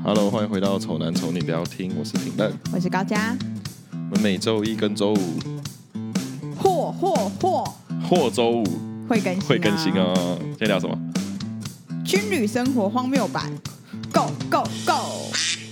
Hello， 欢迎回到丑男丑女不要听，我是评论， 我是高嘉。 我们每周一跟周五或周五会更新哦。今天聊什么？ 军旅生活荒谬版 ，Go Go Go！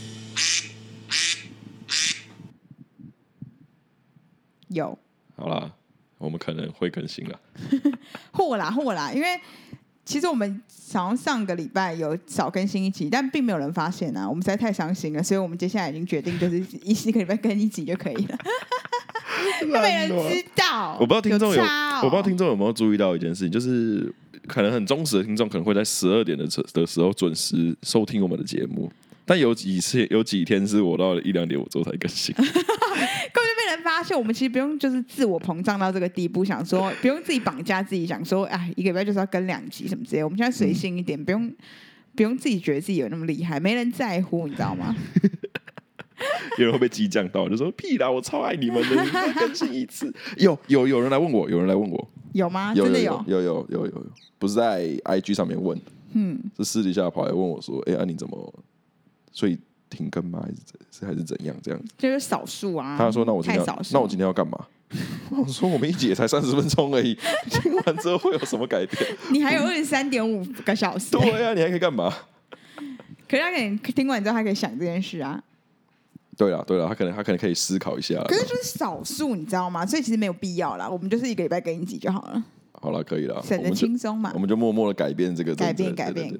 有。 好啦，我们可能会更新了。 或啦，因为其实我们好像上个礼拜有少更新一集，但并没有人发现啊，我们实在太伤心了，所以我们接下来已经决定，就是一个礼拜更一集就可以了。没人知道， 我不知道听众我不知道听众有没有注意到一件事情，就是可能很忠实的听众可能会在12点的时候准时收听我们的节目，但有几天是我到了1-2点我之后才更新。 根本就被人发现，我们其实不用就是自我膨胀到这个地步，想说不用自己绑架自己，想说哎，一个礼拜就是要更2集什么之类的。我们现在随性一点，不用自己觉得自己有那么厉害，没人在乎，你知道吗？ 有人会被激将到，就说屁啦，我超爱你们的，你再更新一次。有人来问我， 有吗？ 真的有， 不是在 IG 上面问，是私底下跑来问我说，你怎么所以停更吗？还是怎样？这样子就是少数啊。 他说那我今天要干嘛？我说我们一集也才30分钟而已，听完之后会有什么改变？ 你还有23.5个小时。 对啊，你还可以干嘛？ 可是他可能听完之后，他可以想这件事啊。 对了，他可能可以思考一下。 可是就是少数，你知道吗？所以其实没有必要啦。我们就是一个礼拜更一集就好了。 好了，可以了， 省得轻松嘛。 我们就默默的改变这个改变。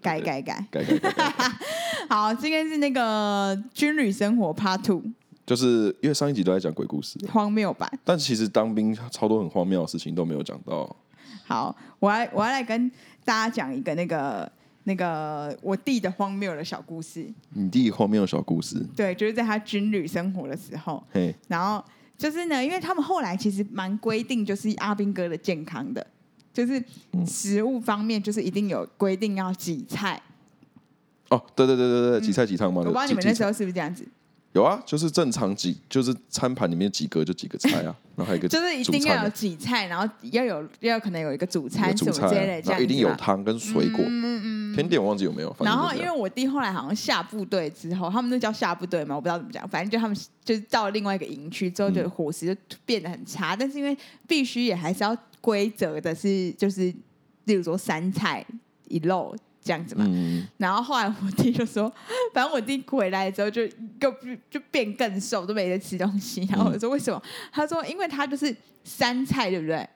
好，今天是那个军旅生活 Part 2， 就是因为上一集都在讲鬼故事， 荒谬版。 但其实当兵超多很荒谬的事情都没有讲到。 好，我要来跟大家讲一个那个我弟的荒谬的小故事。 你弟荒谬的小故事？ 对，就是在他军旅生活的时候。然后就是呢，因为他们后来其实蛮规定，就是阿兵哥的健康的，就是食物方面就是一定有规定要几菜。 哦，对，几菜几汤嘛。 我不知道你们那时候是不是这样子。 有啊，就是正常就是餐盘里面几个就几个菜啊，然后还有一个就是一定要有几菜，然后要可能有一个主餐什么之类的，这样子。 一定有汤跟水果。甜点我忘记有没有。 然后因为我弟后来好像下部队之后，他们那叫下部队嘛，我不知道怎么讲，反正就他们就是到了另外一个营区之后，就伙食就变得很差。但是因为必须也还是要规则的是，就是例如说3菜1肉。这样子嘛，然后后来我弟就说，反正我弟回来之后就变更瘦，都没得吃东西。然后我说为什么？他说因为他就是3菜，对不对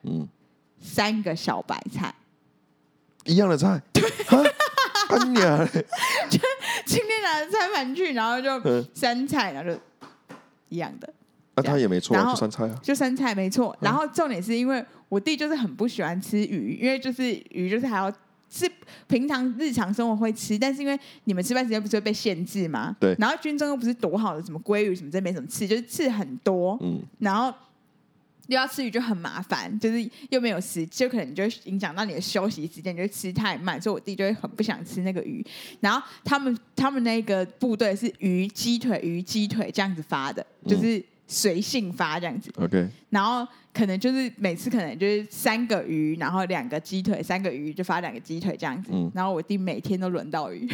？3个小白菜， 一样的菜，对，啊你啊， 就今天拿着餐盘去，然后就3菜，然后就一样的。 他也没错，就3菜啊， 就3菜没错。然后重点是因为我弟就是很不喜欢吃鱼，因为就是鱼就是还要。是平常日常生活会吃，但是因为你们吃饭时间不是会被限制吗？ 对。 然后军中又不是多好的什么鲑鱼什么，真没什么刺，就是刺很多。然后又要吃鱼就很麻烦，就是又没有时，就可能就会影响到你的休息时间，你就会吃太慢，所以我弟就会很不想吃那个鱼。然后他们那个部队是鱼鸡腿这样子发的，就是随性发这样子。 OK。 然后可能就是每次可能就是3个鱼，然后2个鸡腿，3个鱼就发2个鸡腿这样子。然后我弟每天都轮到鱼，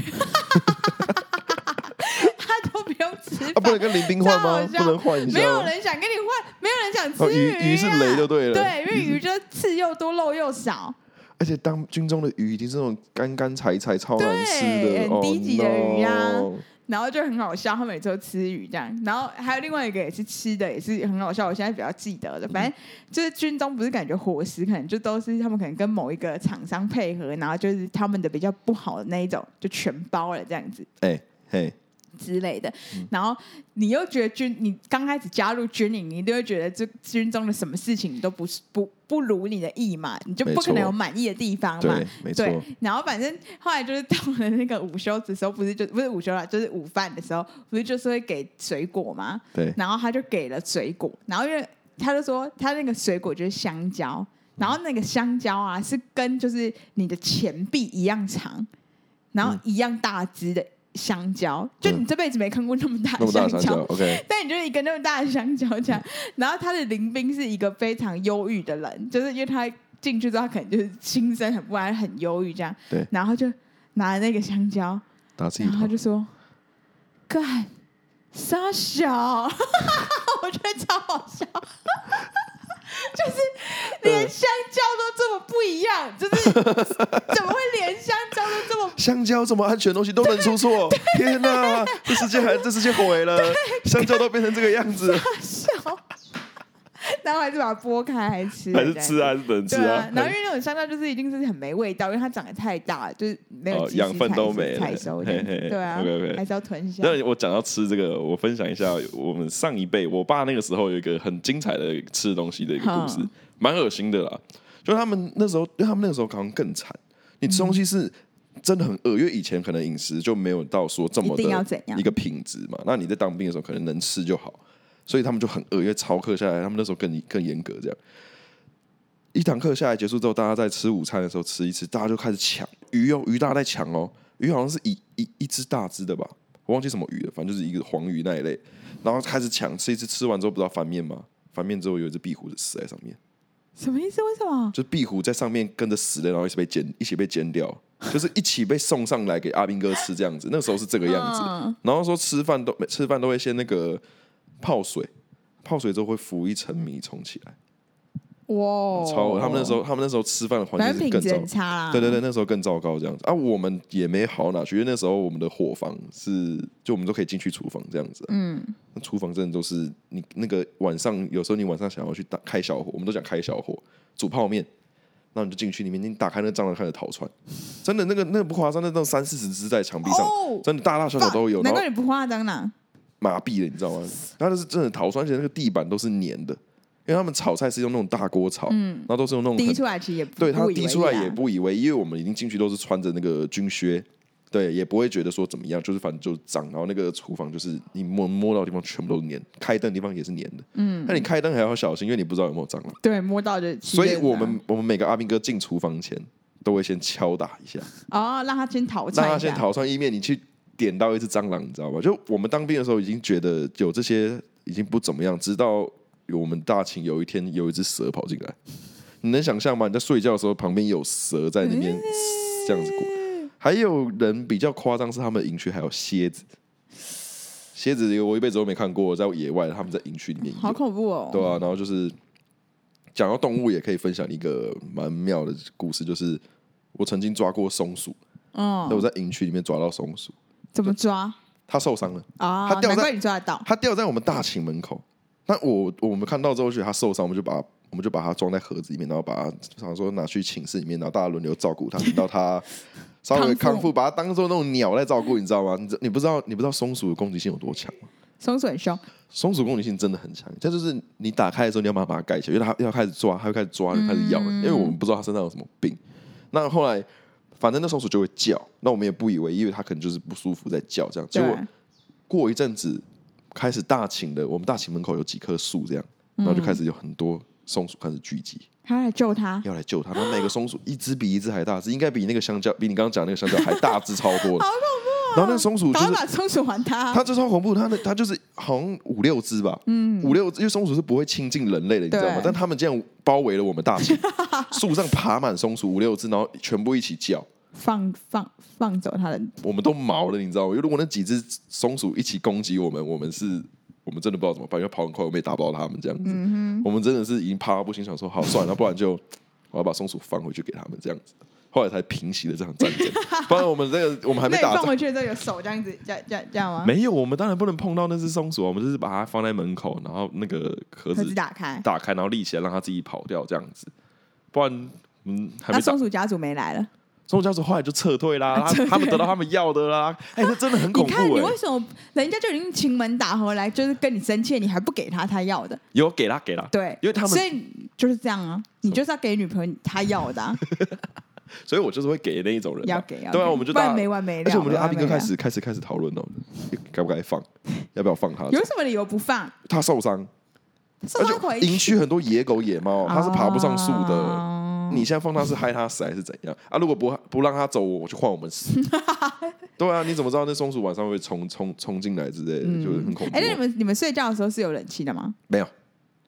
他都不用吃饭。 不能跟林兵换吗？不能换一下？ 没有人想跟你换，没有人想吃鱼是雷就对了。 对，因为鱼就刺又多，肉又少。 而且当军中的鱼一定是那种干柴超难吃的， 很低级的鱼啊。然后就很好笑，他每次都吃鱼这样。然后还有另外一个也是吃的，也是很好笑。我现在比较记得的，反正就是军中不是感觉伙食可能就都是他们可能跟某一个厂商配合，然后就是他们的比较不好的那一种就全包了这样子。之类的。然后你又觉得你刚开始加入军营，你一定会觉得这军中的什么事情都不如你的意嘛，你就不可能有满意的地方嘛。 对，没错。 然后反正后来就是到了那个午休的时候，不是午休啦，就是午饭的时候，不是就是会给水果吗？ 对。 然后他就给了水果，然后因为他就说他那个水果就是香蕉，然后那个香蕉啊是跟就是你的钱币一样长，然后一样大只的。香蕉，就你这辈子没看过那么大的香蕉 ，OK， 但你就是一个那么大的香蕉这样。然后他的林兵是一个非常忧郁的人，就是因为他进去之后，他可能就是心生很不安、很忧郁这样。 对， 然后就拿了那个香蕉， 打自己头， 然后他就说：“ 干傻小，我觉得超好笑。就是连香蕉都这么不一样，就是怎么会连香蕉都这么香蕉这么安全的东西都能出错？天哪，这世界毁了，香蕉都变成这个样子， 笑。然后还是把它剥开还吃， 还是吃啊，还是不能吃啊？ 然后因为那种香蕉就是一定是很没味道，因为它长得太大了，就是没有养分都没了， 采收的，对啊 ，OK， 还是要囤下。 那我讲到吃这个，我分享一下我们上一辈，我爸那个时候有一个很精彩的吃的东西的一个故事，蛮恶心的啦。就他们那时候，因为他们那个时候可能更惨，你吃东西是真的很饿，因为以前可能饮食就没有到说这么的一个品质嘛。那你在当兵的时候，可能能吃就好。所以他们就很饿，因为操课下来，他们那时候更严格。这样一堂课下来结束之后，大家在吃午餐的时候吃一吃，大家就开始抢鱼哦，鱼大家在抢哦，鱼好像是一只大只的吧，我忘记什么鱼了，反正就是一个黄鱼那一类。然后开始抢，吃一吃，吃完之后不知道翻面吗？翻面之后有一只壁虎死在上面， 什么意思？为什么？ 就是壁虎在上面跟着死了，然后一起被煎掉，就是一起被送上来给阿兵哥吃这样子。那时候是这个样子。然后说吃饭都会先那个。泡水之后会浮一层米虫起来，哇！超他们那时候吃饭的环境是更糟， 很差啦。 对，那时候更糟糕这样子啊。我们也没好哪去，因为那时候我们的伙房就我们都可以进去厨房这样子。那厨房真的都是你那个晚上，有时候你晚上想要去开小火，我们都讲开小火煮泡面，然后你就进去里面，你打开那蟑螂开始逃窜，真的那个不夸张，那种30-40只在墙壁上，真的大大小小都有。 难怪你不画蟑螂。 麻痹了，你知道吗？他就是真的逃窜，而且那个地板都是黏的，因为他们炒菜是用那种大锅炒，然后都是用那种滴出来，其实也对，他滴出来也不以为，因为我们已经进去都是穿着那个军靴，对，也不会觉得说怎么样，就是反正就是脏。然后那个厨房就是你摸到的地方全部都是黏，开灯的地方也是黏的，那你开灯还要小心，因为你不知道有没有蟑螂。 对，摸到就。 所以我们每个阿兵哥进厨房前都会先敲打一下， 哦，让他先逃窜， 以免你去。点到一只蟑螂，你知道吗？就我们当兵的时候已经觉得有这些已经不怎么样，直到我们大寝有一天有一只蛇跑进来，你能想象吗？你在睡觉的时候旁边有蛇在那边这样子过，还有人比较夸张是他们的营区还有蝎子，我一辈子都没看过，在野外他们在营区里面有， 好恐怖哦。 对啊，然后就是讲到动物也可以分享一个蛮妙的故事，就是我曾经抓过松鼠，我在营区里面抓到松鼠。 怎么抓？ 他受伤了啊！难怪你抓得到。 他掉在我们大寝门口。那我们看到之后觉得他受伤，我们就把他装在盒子里面，然后把他想说拿去寝室里面，然后大家轮流照顾他，等到他稍微康复，把他当做那种鸟在照顾，你知道吗？你不知道松鼠的攻击性有多强吗？ 松鼠很凶， 松鼠攻击性真的很强。这就是你打开的时候，你要把它盖起来，因为它要开始抓，它会开始抓，开始咬，因为我们不知道它身上有什么病。那后来。反正那松鼠就会叫，那我们也不以为，因为它可能就是不舒服在叫这样。结果过一阵子，开始我们大寝门口有几棵树这样，然后就开始有很多松鼠开始聚集， 要来救它。 然后每个松鼠一只比一只还大只，应该比那个香蕉，比你刚刚讲那个香蕉还大只超多的。 好恐怖！ 然后那个松鼠就是把松鼠还它就超恐怖，它就是好像5-6只吧，5-6只，因为松鼠是不会亲近人类的，你知道吗？但他们竟然包围了我们大寝，树上爬满松鼠5-6只，然后全部一起叫。 放走它的， 我们都毛了，你知道吗？如果那几只松鼠一起攻击我们真的不知道怎么办，因为跑很快，我们也打不到它们这样子。我们真的是已经怕到不行，想说好算了，不然就我要把松鼠放回去给他们这样子。后来才平息了这场战争。不然我们还没打仗。 那你放回去的时候有手这样子这样吗？ 没有，我们当然不能碰到那只松鼠，我们就是把它放在门口，然后那个盒子打开，然后立起来让它自己跑掉这样子。不然还没。 那松鼠家族没来了。 松鼠家族后来就撤退啦，他们得到他们要的啦。那真的很恐怖。 你看，你为什么人家就已经请门打回来，就是跟你生气，你还不给他要的？ 有给他。 对， 因为他们所以就是这样啊，你就是要给女朋友他要的啊。 所以我就是会给那一种人， 要给， 对啊，我们就不然没完没了。 而且我们阿兵哥开始讨论哦，该不该放，要不要放他？ 有什么理由不放？ 他受伤，而且营区很多野狗野猫，他是爬不上树的。你现在放他是害他死还是怎样啊？如果不让他走，我就换我们死。对啊，你怎么知道那松鼠晚上会冲进来之类的，就是很恐怖。 那你们睡觉的时候是有冷气的吗？ 没有，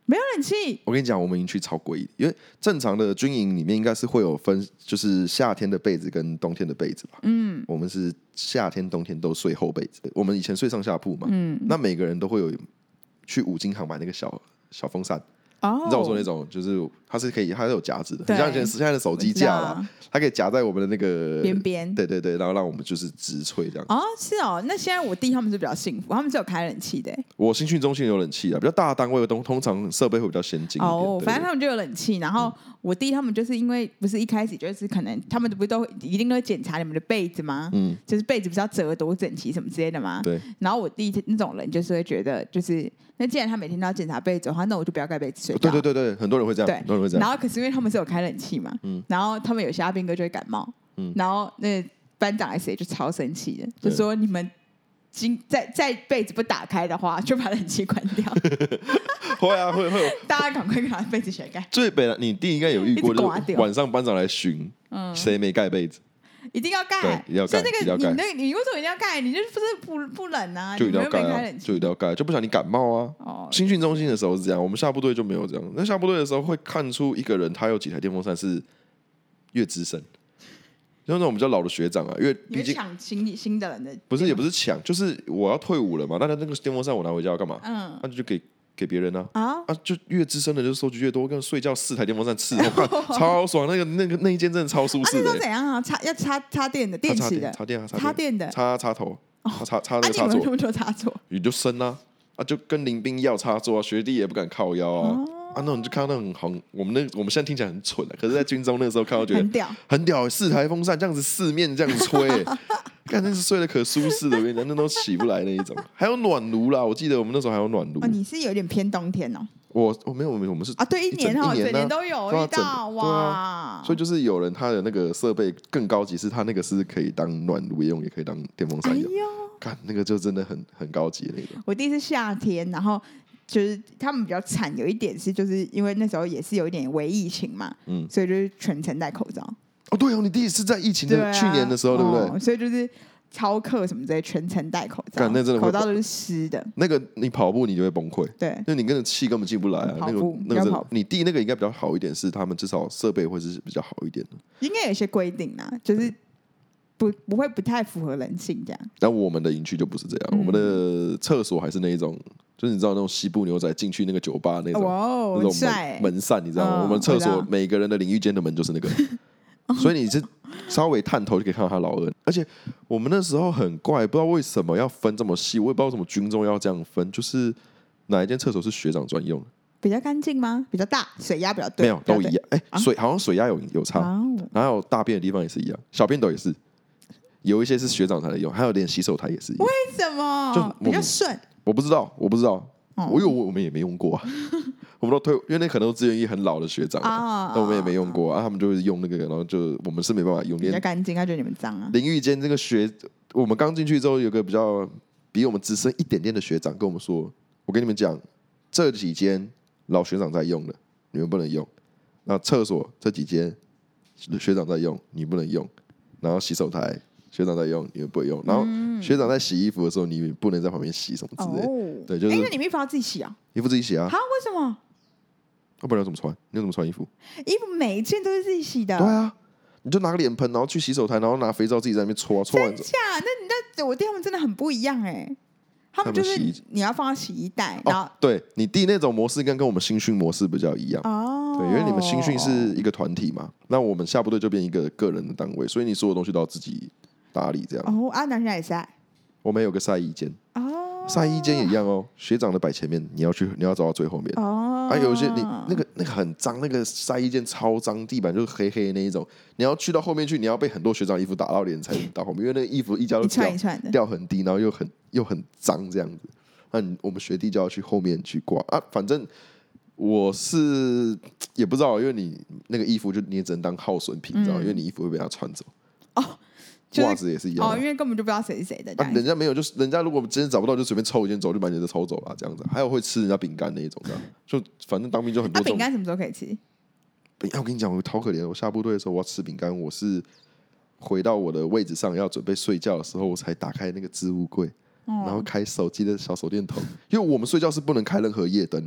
没有冷气。 我跟你讲，我们营区超诡异，因为正常的军营里面应该是会有分，就是夏天的被子跟冬天的被子吧。我们是夏天、冬天都睡厚被子。我们以前睡上下铺嘛，那每个人都会有去五金行买那个小风扇。你知道我说那种，就是它是可以，它是有夹子的，很像现在的手机架啦，它可以夹在我们的那个边边， 对，然后让我们就是直吹这样。 是哦，那现在我弟他们是比较幸福，他们是有开冷气的。 我新训中心有冷气啊，比较大的单位通常设备会比较先进一点。 反正他们就有冷气，然后我弟他们就是因为不是一开始就是可能他们不是都一定都会检查你们的被子吗？就是被子不是要折多整齐什么之类的吗？ 对。 然后我弟那种人就是会觉得，就是那既然他每天都要检查被子的话，那我就不要盖被子睡觉。 对，很多人会这样，很多人会这样。 然后可是因为他们是有开冷气嘛，然后他们有些阿兵哥就会感冒，然后那班长还是谁就超生气的，就说你们在被子不打开的话，就把冷气关掉。 会啊，会有， 大家赶快把被子起来盖。 最北你弟应该有遇过，就是晚上班长来巡，谁没盖被子？ 一定要盖， 对，一定要盖。 你为什么一定要盖？你就是不冷啊？ 就一定要盖啊，就一定要盖，就不想你感冒啊。新训中心的时候是这样，我们下部队就没有这样。那下部队的时候会看出一个人他有几台电风扇是越资深，就那种比较老的学长啊，因为毕竟抢新的人的， 不是也不是抢，就是我要退伍了嘛，那那个电风扇我拿回家要干嘛？那就给别人啊，就越资深的就收据越多，跟睡觉4台电风扇伺候，超爽。那一间真的超舒适的。 那怎样啊？要插电的，电池的，插电的， 插头，插那个插座。 你们那么多插座， 你就升啊，就跟林兵要插座啊，学弟也不敢靠腰啊。那种就看到那种很，我们现在听起来很蠢可是在军中那个时候看到觉得很屌，4台风扇这样子4面这样子吹，看那是睡得可舒适的，我跟你讲，那都起不来那一种。还有暖炉啦，我记得我们那时候还有暖炉。 你是有点偏冬天哦。 我没有，我们是对，一年整年都有遇到哇。 所以就是有人他的那个设备更高级，是他那个是可以当暖炉用，也可以当电风扇用。看那个就真的很高级的那种。 我第一次夏天，然后就是他们比较惨，有一点是就是因为那时候也是有一点微疫情嘛，所以就是全程戴口罩。 对哦，你第一次在疫情的去年的时候，对不对？ 所以就是操课什么之类，全程戴口罩， 那真的口罩都是湿的。 那个你跑步你就会崩溃， 对， 因为你跟着气根本进不来啊。那个你弟那个应该比较好一点，是他们至少设备会是比较好一点的。 应该有一些规定啊，就是不会不太符合人性这样。 但我们的营区就不是这样，我们的厕所还是那一种，就是你知道那种西部牛仔进去那个酒吧那种，那种门扇，你知道吗？我们厕所每个人的淋浴间的门就是那个，所以你是稍微探头就可以看到他老二。而且我们那时候很怪，不知道为什么要分这么细，我也不知道为什么军中要这样分，就是哪一间厕所是学长专用的。 比较干净吗？比较大，水压比较对？ 没有，都一样。好像水压有差，然后大便的地方也是一样，小便斗也是。有一些是学长才能用，还有连洗手台也是一样。 为什么？就比较顺。 我不知道，因为我们也没用过啊。我们都退，因为那可能都志愿役很老的学长，那我们也没用过啊。他们就会用那个，然后就我们是没办法用。 比较干净，他觉得你们脏啊。 淋浴间这个我们刚进去之后，有个比我们资深一点点的学长跟我们说：“我跟你们讲，这几间老学长在用的，你们不能用。那厕所这几间学长在用，你不能用。然后洗手台。”学长在用，你们不会用。然后学长在洗衣服的时候，你不能在旁边洗什么之类的。对，就是那你们衣服要自己洗啊？ 衣服自己洗啊？ 为什么？ 不然要怎么穿？你要怎么穿衣服？ 衣服每一件都是自己洗的。 对啊，你就拿个脸盆，然后去洗手台，然后拿肥皂自己在那边搓啊搓完。 真假？那我弟他们真的很不一样他们就是你要放到洗衣袋，然后对你弟那种模式跟我们新训模式比较一样对，因为你们新训是一个团体嘛，那我们下部队就变一个个人的单位，所以你所有东西都要自己打理这样。 男生也晒？ 我们有个晒衣间晒衣间也一样学长的摆前面，你要走到最后面有一些你那个很脏，那个晒衣间超脏，地板就是黑黑的那一种，你要去到后面去，你要被很多学长衣服打到脸才能到后面，因为那个衣服一家都掉很低，然后又很脏这样子。那我们学弟就要去后面去挂反正我是也不知道，因为你那个衣服你也只能当耗损品，你知道，因为你衣服会被他穿走袜子也是一样因为根本就不知道谁是谁的人家没有，就是人家如果今天找不到，就随便抽一件走，就把你的抽走了这样子。还有会吃人家饼干那一种的，就反正当兵就很多种。 饼干什么时候可以吃？ 我跟你讲，我超可怜的。我下部队的时候，我要吃饼干，我是回到我的位置上要准备睡觉的时候，我才打开那个置物柜，然后开手机的小手电筒，因为我们睡觉是不能开任何夜灯的。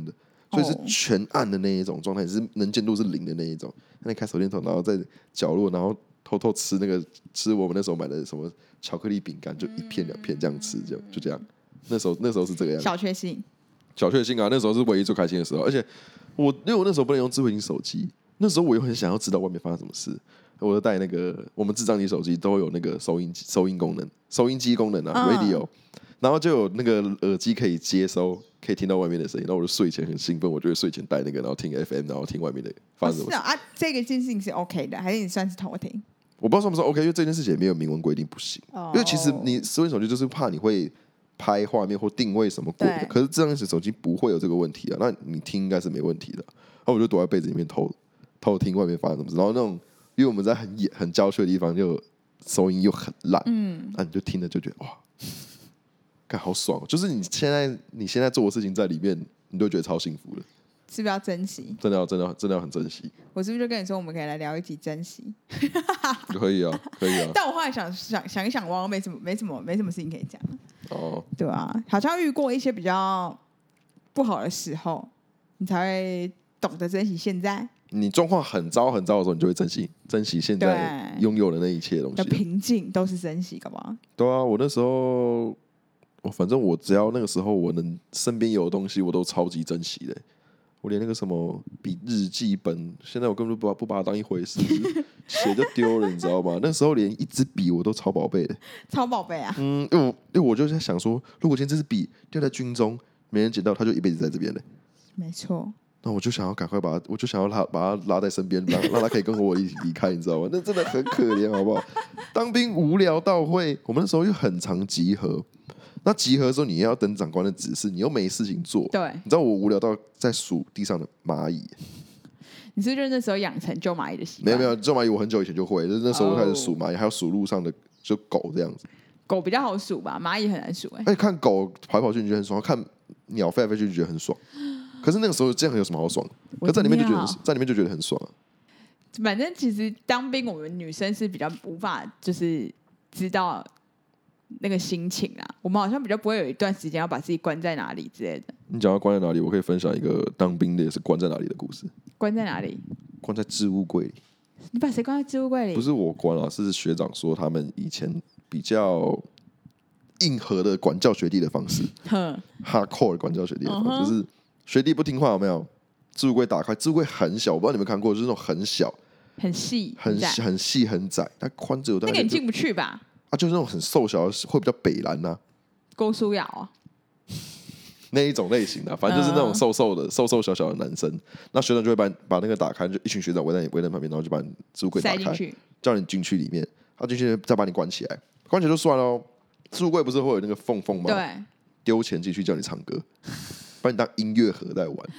所以是全暗的那一种状态，是能见度是0的那一种。那你开手电筒，然后在角落，然后偷偷吃我们那时候买的什么巧克力饼干，就1片2片这样吃，就这样。那时候是这个样子。 小确幸啊，那时候是唯一最开心的时候。而且因为我那时候不能用智慧型手机，那时候我又很想要知道外面发生什么事，我就带那个我们智障型手机都有那个收音机功能啊，radio，然后就有那个耳机可以接收，可以听到外面的声音。然后我就睡前很兴奋，我就会睡前带那个，然后听 FM， 然后听外面的发生什么事。 啊，这个件事情是 OK 的，还是你算是偷听？ 我不知道算不算 OK， 因为这件事情也没有明文规定不行。因为其实你智慧手机就是怕你会拍画面或定位什么鬼的，可是智障型手机不会有这个问题啊。那你听应该是没问题的。然后我就躲在被子里面偷听外面发生什么事。然后那种因为我们在很郊区的地方，就收音又很烂，那你就听着就觉得哇，看好爽，就是你现在做的事情在里面，你都觉得超幸福的。 是不是要珍惜？ 真的要很珍惜。 我是不是就跟你说，我们可以来聊一集珍惜？ 可以啊。 但我后来想一想，我没什么事情可以讲。对啊，好像遇过一些比较不好的时候，你才会懂得珍惜现在。 你状况很糟的时候，你就会珍惜现在拥有的那一切东西。 平静都是珍惜，搞不好。 对啊，我那时候，反正我只要那个时候我能身边有的东西，我都超级珍惜的。我连那个什么笔日记本，现在我根本不把它当一回事，写就丢了，你知道吗？那时候连一支笔我都超宝贝的， 超宝贝啊！ 因为我就在想说，如果今天这支笔掉在军中，没人捡到，他就一辈子在这边了。 没错。 那我就想要赶快把它拉在身边，让他可以跟我一起离开，你知道吗？那真的很可怜，好不好？当兵无聊到会，我们那时候又很常集合。那集合的时候，你要等长官的指示，你又没事情做。 对， 你知道我无聊到在数地上的蚂蚁。 你是不是那时候养成救蚂蚁的习惯？ 没有救蚂蚁，我很久以前就会，就是那时候开始数蚂蚁，还有数路上的就狗这样子。 狗比较好数吧，蚂蚁很难数。 看狗跑来跑去你觉得很爽，看鸟飞来飞去就觉得很爽。可是那个时候这样有什么好爽？可在里面就觉得很爽啊。 反正其实当兵，我们女生是比较无法就是知道那个心情啦。我们好像比较不会有一段时间要把自己关在哪里之类的。 你讲到关在哪里，我可以分享一个当兵的也是关在哪里的故事。 关在哪里？ 关在置物柜里。 你把谁关在置物柜里？ 不是我关啊，是学长说他们以前比较硬核的管教学弟的方式，hardcore 的管教学弟的方式，就是学弟不听话有没有？置物柜打开，置物柜很小，我不知道你们看过，就是那种很小、 很细、 很细、很窄，它宽只有大概那个你进不去吧？ 啊，就是那种很瘦小，会比较北蓝呐， 郭书瑶啊， 那一种类型的，反正就是那种瘦瘦小小的男生。那学长就会把那个打开，就一群学长围在旁边，然后就把你置物柜打开，叫你进去里面，他进去再把你关起来，关起来就算了。置物柜不是会有那个缝吗？ 对， 丢钱进去叫你唱歌，把你当音乐盒在玩。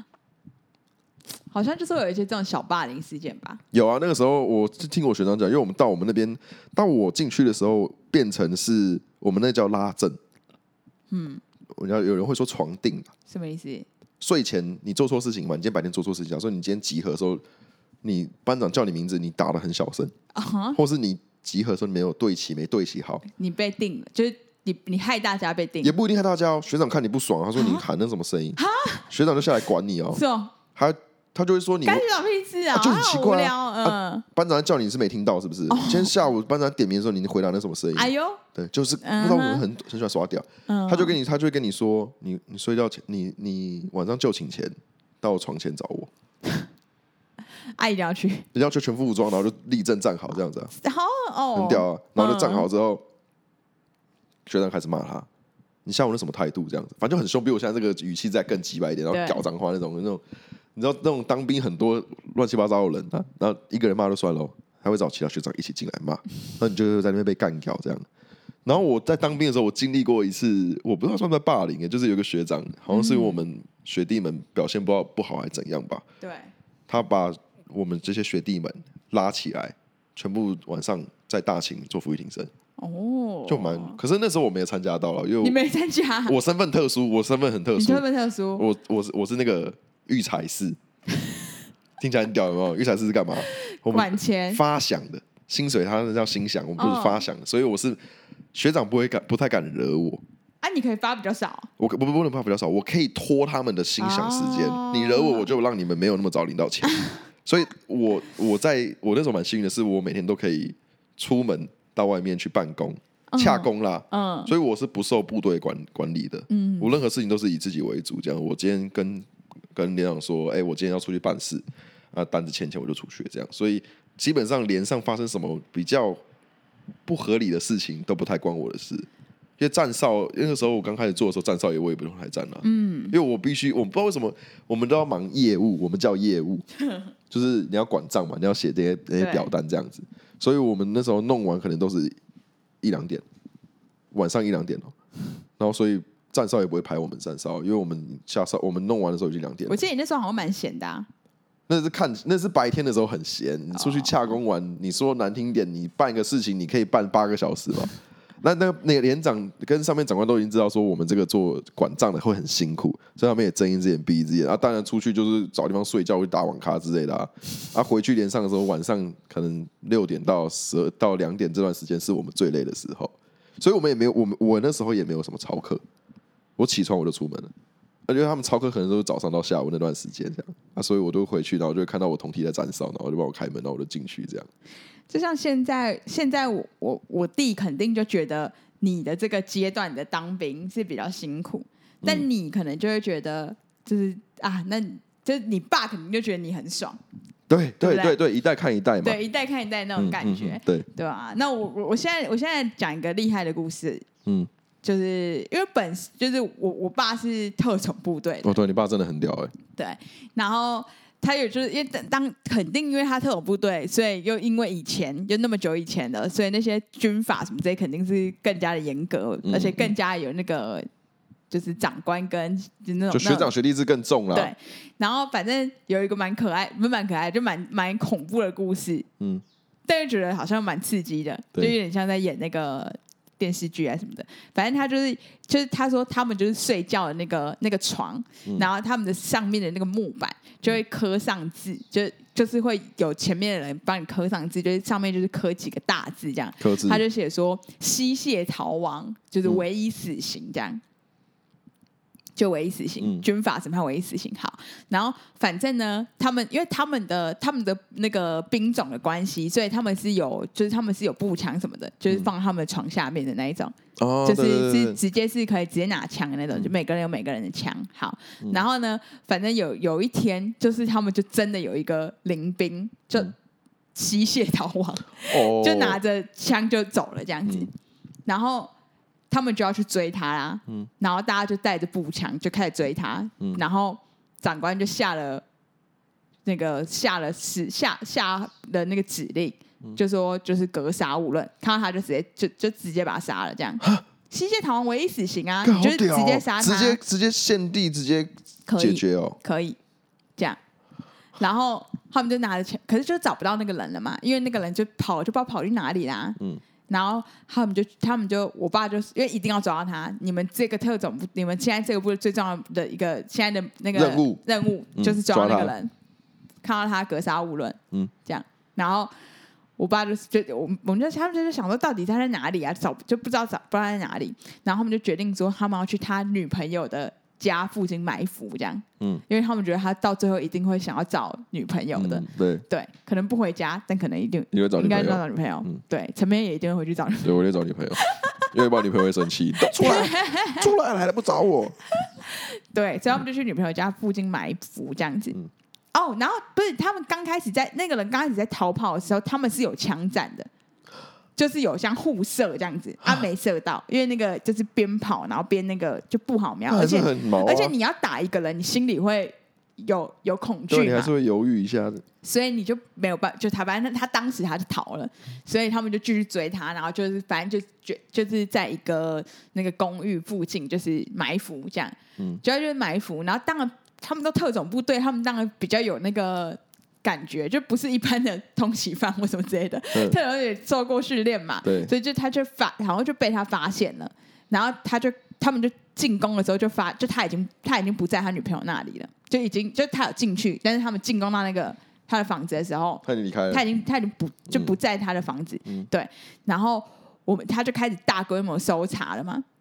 好像就是会有一些这种小霸凌事件吧。 有啊，那个时候我听我学长讲，因为我们到我们那边，到我进去的时候，变成是我们那叫拉正。有人会说床定， 什么意思？ 睡前你做错事情嘛，你今天白天做错事情，假如说你今天集合的时候，你班长叫你名字，你打得很小声，或是你集合的时候没有对齐，没对齐好， 你被定了，就是你害大家被定， 也不一定害大家哦。学长看你不爽，他说你喊那什么声音，学长就下来管你哦。 是哦， 他就会说你干学长屁事啊， 就很奇怪班长叫你是没听到是不是？今天下午班长点名的时候，你回答那什么声音？ 哎呦， 对，就是不知道为什么很喜欢耍屌。他就会跟你说，你睡觉前，你晚上就寝前到我床前找我。 一定要去， 一定要去全副武装，然后就立正站好这样子啊，很屌啊。然后就站好之后，学长开始骂他，你下午那什么态度这样子，反正就很凶，比我现在这个语气再更鸡掰一点，然后搞脏话那种，你知道那种当兵很多乱七八糟的人啊，然后一个人骂就算了，还会找其他学长一起进来骂，那你就在那边被干掉这样。然后我在当兵的时候，我经历过一次，我不知道算不算霸凌，就是有个学长，好像是因为我们学弟们表现不好还怎样吧， 对， 他把我们这些学弟们拉起来，全部晚上在大寝做伏地挺身。就可是那时候我没有参加到了，因为你没参加， 我身份特殊，我身份很特殊， 你身份特殊， 我是那个育才士，听起来很屌有没有？育才士是干嘛？ 管钱发饷的薪水，他是叫薪饷，我们不是发饷，所以我是学长不太敢惹我。 你可以发比较少， 我不能发比较少，我可以拖他们的心想时间。你惹我就让你们没有那么早领到钱。所以我那时候蛮幸运的是，我每天都可以出门到外面去办公。洽公啦，所以我是不受部队管理的，我任何事情都是以自己为主。这样，我今天跟连长说，我今天要出去办事，单子签我就出去，这样。所以基本上连上发生什么比较不合理的事情都不太关我的事。因为站哨那个时候我刚开始做的时候，站哨我也不用来站了，因为我不知道为什么我们都要忙业务，我们叫业务，就是你要管账嘛，你要写那些表单这样子。所以我们那时候弄完可能都是1-2点，晚上1-2点然后所以站哨也不会排我们站哨，因为我们下哨我们弄完的时候已经2点了。 我记得你那时候好像蛮闲的啊。 那是白天的时候很闲，你出去洽公完，你说难听点，你办一个事情你可以办8个小时吧。那个连长跟上面长官都已经知道说我们这个做管账的会很辛苦，所以他们也睁一只眼闭一只眼。当然出去就是找地方睡觉，去打网咖之类的回去连上的时候，晚上可能6点到2点这段时间是我们最累的时候，所以我们也没有我那时候也没有什么操课，我起床我就出门了。因为他们操课可能都是早上到下午那段时间这样所以我都回去，然后就会看到我同梯在站哨，然后就帮我开门，然后我就进去这样。 就像现在我弟肯定就觉得你的这个阶段的当兵是比较辛苦，但你可能就会觉得就是那就是你爸肯定就觉得你很爽。 对，一代看一代嘛， 对，一代看一代那种感觉， 对吧？那我现在讲一个厉害的故事，就是因为就是我爸是特种部队的， 对，你爸真的很屌对，然后他有就是因为肯定因为他特种部队，所以又因为以前就那么久以前的，所以那些军法什么这些肯定是更加的严格，而且更加有那个就是长官跟就那种就学长学弟制更重啦。 对，然后反正有一个蛮可爱，不是蛮可爱，就蛮恐怖的故事，但是觉得好像蛮刺激的，就有点像在演那个电视剧啊什么的。反正他就是他说他们就是睡觉的那个床，然后他们的上面的那个木板就会刻上字，就是会有前面的人帮你刻上字，就是上面就是刻几个大字这样，他就写说西谢逃亡就是唯一死刑这样。就唯一死刑，军法审判唯一死刑。好，然后反正呢，因为他们的那个兵种的关系，所以他们是有步枪什么的，就是放他们的床下面的那一种，是直接是可以直接拿枪的那种，就每个人有每个人的枪。好，然后呢，反正有一天，就是他们就真的有一个临兵就西谢逃亡，就拿着枪就走了这样子，然后。他们就要去追他啦，然后大家就带着步枪就开始追他，然后长官就下了那个那个指令，就说就是格杀勿论，看到他就直接把他杀了，这样。西谢逃亡唯一死刑啊，就是直接杀他， 直接限地直接解决哦， 可以这样。然后他们就拿着枪，可是就找不到那个人了嘛，因为那个人就不知道跑去哪里啦。然后他们就，我爸就因为一定要抓到他，你们这个特种部，你们现在这个部最重要的一个现在的那个任务就是抓到那个人，看到他格杀勿论，这样。然后我爸我们他们就想说，到底他在哪里啊？就不知道在哪里。然后他们就决定说，他们要去他女朋友的家附近埋伏，这样，因为他们觉得他到最后一定会想要找女朋友的，对，可能不回家，但可能应该找女朋友，对，陈明也一定会回去找女朋友， 对，我得找女朋友，因为怕女朋友会生气，都出来了还不找我， 对，所以他们就去女朋友家附近埋伏这样子。然后不是他们那个人刚开始在逃跑的时候，他们是有枪战的。就是有像互射这样子，没射到，因为那个就是边跑，然后边那个就不好瞄，而且你要打一个人，你心里会有恐惧嘛， 你还是会犹豫一下的， 所以你就没有办法，就反正他当时他就逃了，所以他们就继续追他，然后就是反正就是在一个那个公寓附近就是埋伏这样，主要就是埋伏，然后当然他们都特种部队，他们当然比较有那个。感觉就不是一般的通缉犯或什么之类的，特种也受过训练嘛，所以他就然后就被他发现了，然后他们就进攻的时候就他已经不在他女朋友那里了，就他有进去，但是他们进攻到那个他的房子的时候， 他已经离开了， 他已经不在他的房子，对，然后他就开始大规模搜查了嘛。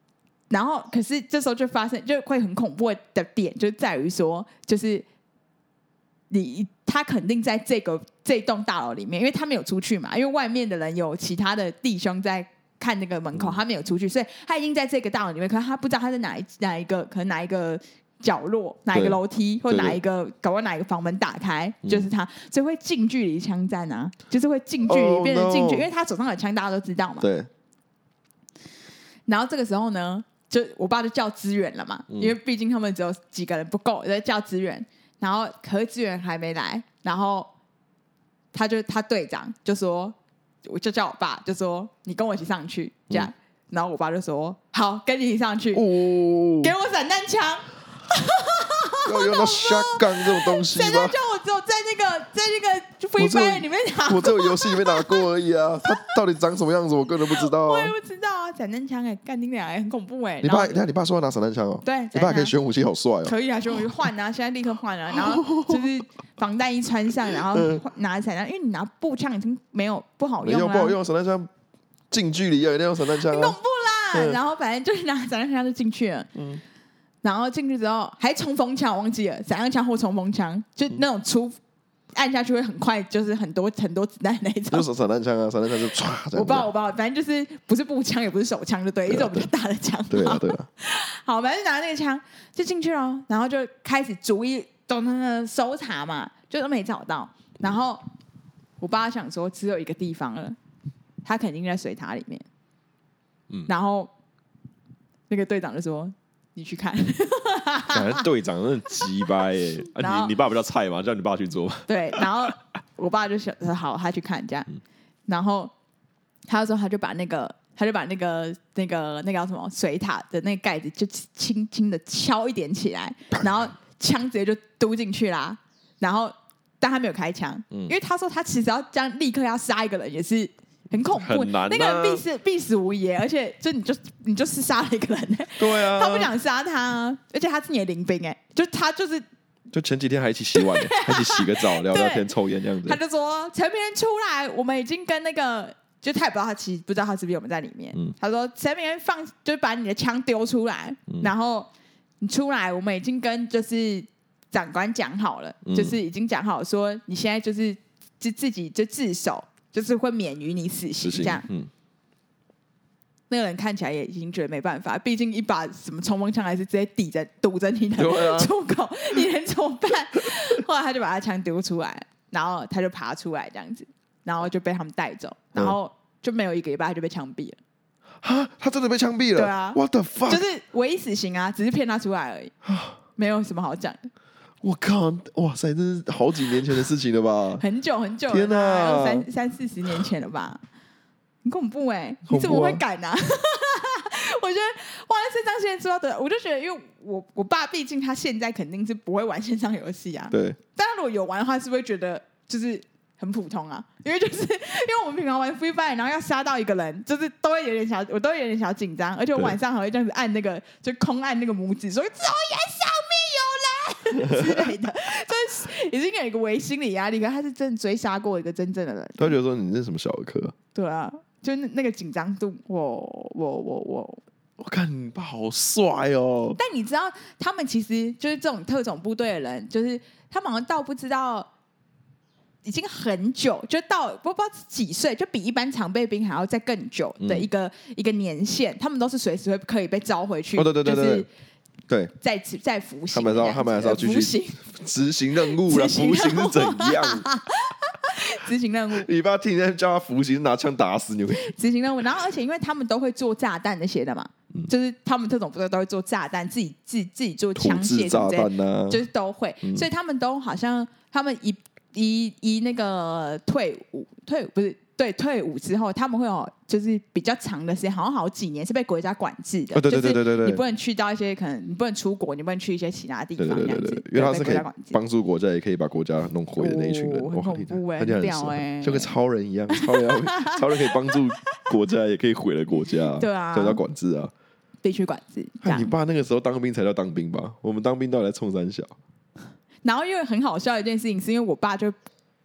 然后可是这时候就发生就会很恐怖的点，就在于说，就是他肯定在这栋大楼里面，因为他没有出去嘛，因为外面的人有其他的弟兄在看那个门口，他没有出去，所以他已经在这个大楼里面，可是他不知道他在哪一个可能哪一个角落，哪一个楼梯，或哪一个搞不好哪一个房门打开，就是他，所以会近距离枪战啊，就是会近距离变成近距离，因为他手上有枪，大家都知道嘛。 对。 然后这个时候呢，就我爸就叫支援了嘛，因为毕竟他们只有几个人不够，就叫支援。然后可是支援还没来，然后他队长就说，我就叫我爸就说你跟我一起上去这样，然后我爸就说好，跟你一起上去，给我散弹枪。 要用到 shotgun 这种东西吗？ 散弹枪我只有在那个 Free Fire 里面拿过， 我只有游戏里面拿过而已啊。它到底长什么样子，我个人不知道啊。 我也不知道啊，散弹枪干你俩很恐怖你爸说要拿散弹枪哦？ 对， 你爸可以选武器，好帅哦。 可以啊，选武器换啊，现在立刻换啊，然后就是防弹衣穿上，然后拿散弹，因为你拿步枪已经没有不好用了， 不好用，散弹枪近距离一定要用散弹枪， 很恐怖啦。然后反正就是拿散弹枪就进去了，然后进去之后还冲锋枪，我忘记了，散弹枪或冲锋枪，就那种按下去会很快，就是很多子弹那种。 就是散弹枪啊，散弹枪就唰。 我不知道，反正就是不是步枪，也不是手枪，就对，一种比较大的枪。 对啊。 好，反正拿那个枪就进去了，然后就开始逐一搜查嘛，就都没找到。然后我爸想说，只有一个地方了，他肯定在水塔里面。然后那个队长就说。你去看， 感觉队长真的鸡掰耶！你爸不叫菜吗？叫你爸去做。 对，然后我爸就想好，他去看这样，然后他说他就把那个叫什么水塔的那个盖子就轻轻的敲一点起来，然后枪直接就嘟进去啦。然后但他没有开枪，因为他说他其实要这样立刻要杀一个人也是。很恐怖， 很难啊、 那个人必死无疑，而且你就是杀了一个人， 对啊， 他不想杀他，而且他是你的邻兵， 就前几天还一起洗碗，还一起洗个澡，聊聊天，抽烟这样子。 他就说陈明仁出来，我们已经跟那个，就他也不知道他其实不知道他是不是我们在里面。他说陈明仁就是把你的枪丢出来，然后你出来，我们已经跟就是长官讲好了，就是已经讲好说你现在就是自己就自首。就是会免于你死刑这样，那个人看起来也已经觉得没办法，毕竟一把什么冲锋枪还是直接堵着你的出口，你能怎么办？后来他就把他枪丢出来，然后他就爬出来这样子，然后就被他们带走，然后就没有一个礼拜他就被枪毙了。 哈，他真的被枪毙了？ 对啊 ，What the fuck？ 就是唯一死刑啊，只是骗他出来而已，没有什么好讲的。 我靠！哇塞，这是好几年前的事情了吧？ 很久了， 天哪 ，30-40年前了吧？很恐怖哎、 啊！ 你怎么会敢啊？我觉得哇，肾上腺素的，我就觉得，因为我爸毕竟他现在肯定是不会玩线上游戏啊。 对。 但他如果有玩的话，是不是会觉得就是很普通啊？因为我们平常玩 Free Fire， 然后要杀到一个人，就是都会有点小紧张，而且我晚上还会这样子按那个，就空按那个拇指，说“左眼上面有人”之类的，就是已经有一个微心理压力。可他是真的追杀过一个真正的人， 他觉得说你是什么小儿科？ 对啊，就那个紧张度， 我看你爸好帅哦！ 但你知道，他们其实就是这种特种部队的人，就是他们好像到不知道。已经很久，就到不知道几岁，就比一般常备兵还要再更久的一个年限，他们都是随时会可以被召回去， 对， 再服刑， 他们还是要继续执行任务了。服刑是怎样？ 执行任务， 你爸听人叫他服刑，拿枪打死你。 执行任务，然后而且因为他们都会做炸弹那些的嘛，就是他们特种部队都会做炸弹，自己做枪械炸弹啊， 就是都会，所以他们都好像他们以那个退伍之后，他们会有就是比较长的时间，好几年是被国家管制的。 对， 你不能去到一些可能你不能出国，你不能去一些其他地方，对， 因为他是可以帮助国家，也可以把国家弄毁的那一群人， 很恐怖哎， 很屌哎，就跟超人一样，超人可以帮助国家，也可以毁了国家， 对啊， 所以要管制啊， 必须管制。 你爸那个时候当兵才叫当兵吧？我们当兵到底在冲三小？ 然后因为很好笑的一件事情，是因为我爸就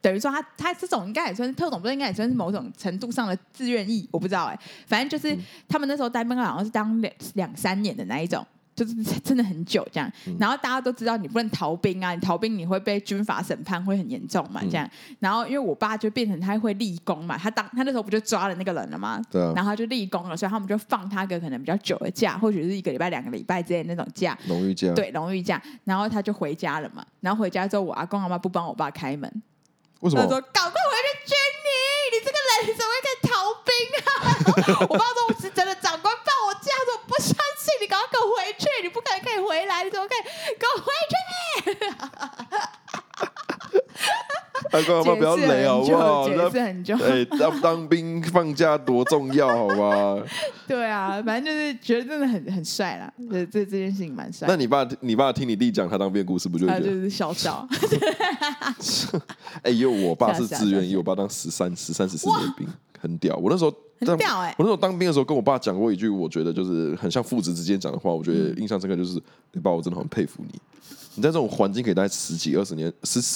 等于说他这种应该也算是特种部队，应该也算是某种程度上的自愿役，我不知道反正就是他们那时候当兵好像是当2-3年的那一种。就是真的很久这样，然后大家都知道你不能逃兵啊，你逃兵你会被军法审判，会很严重嘛，这样。然后因为我爸就变成他会立功嘛，他那时候不就抓了那个人了吗？ 对啊。 然后他就立功了，所以他们就放他个可能比较久的假，或许是1个礼拜、2个礼拜之类的那种假， 荣誉假。 对，荣誉假。然后他就回家了嘛，然后回家之后，我阿公阿妈不帮我爸开门， 为什么？ 他说：“赶快回去军你！你这个人你怎么会可以逃兵啊？”我爸说：“我是真的，长官放我假，说我不相信你，赶快给我回去！你不可能可以回来，你怎么可以给我回去？” 阿公阿妈不要累好不好？ 解释很久。 当兵放假多重要，好吧？ 对啊，反正就是觉得真的很帅啦。这件事情蛮帅。 那你爸听你弟讲他当兵的故事，不就觉得？ 他就是笑笑。 因为我爸是志愿役，我爸当13、14年兵，很屌。我那时候很屌我那时候当兵的时候，跟我爸讲过一句，我觉得就是很像父子之间讲的话，我觉得印象深刻，就是爸，我真的很佩服你。你在这种环境可以待10几20年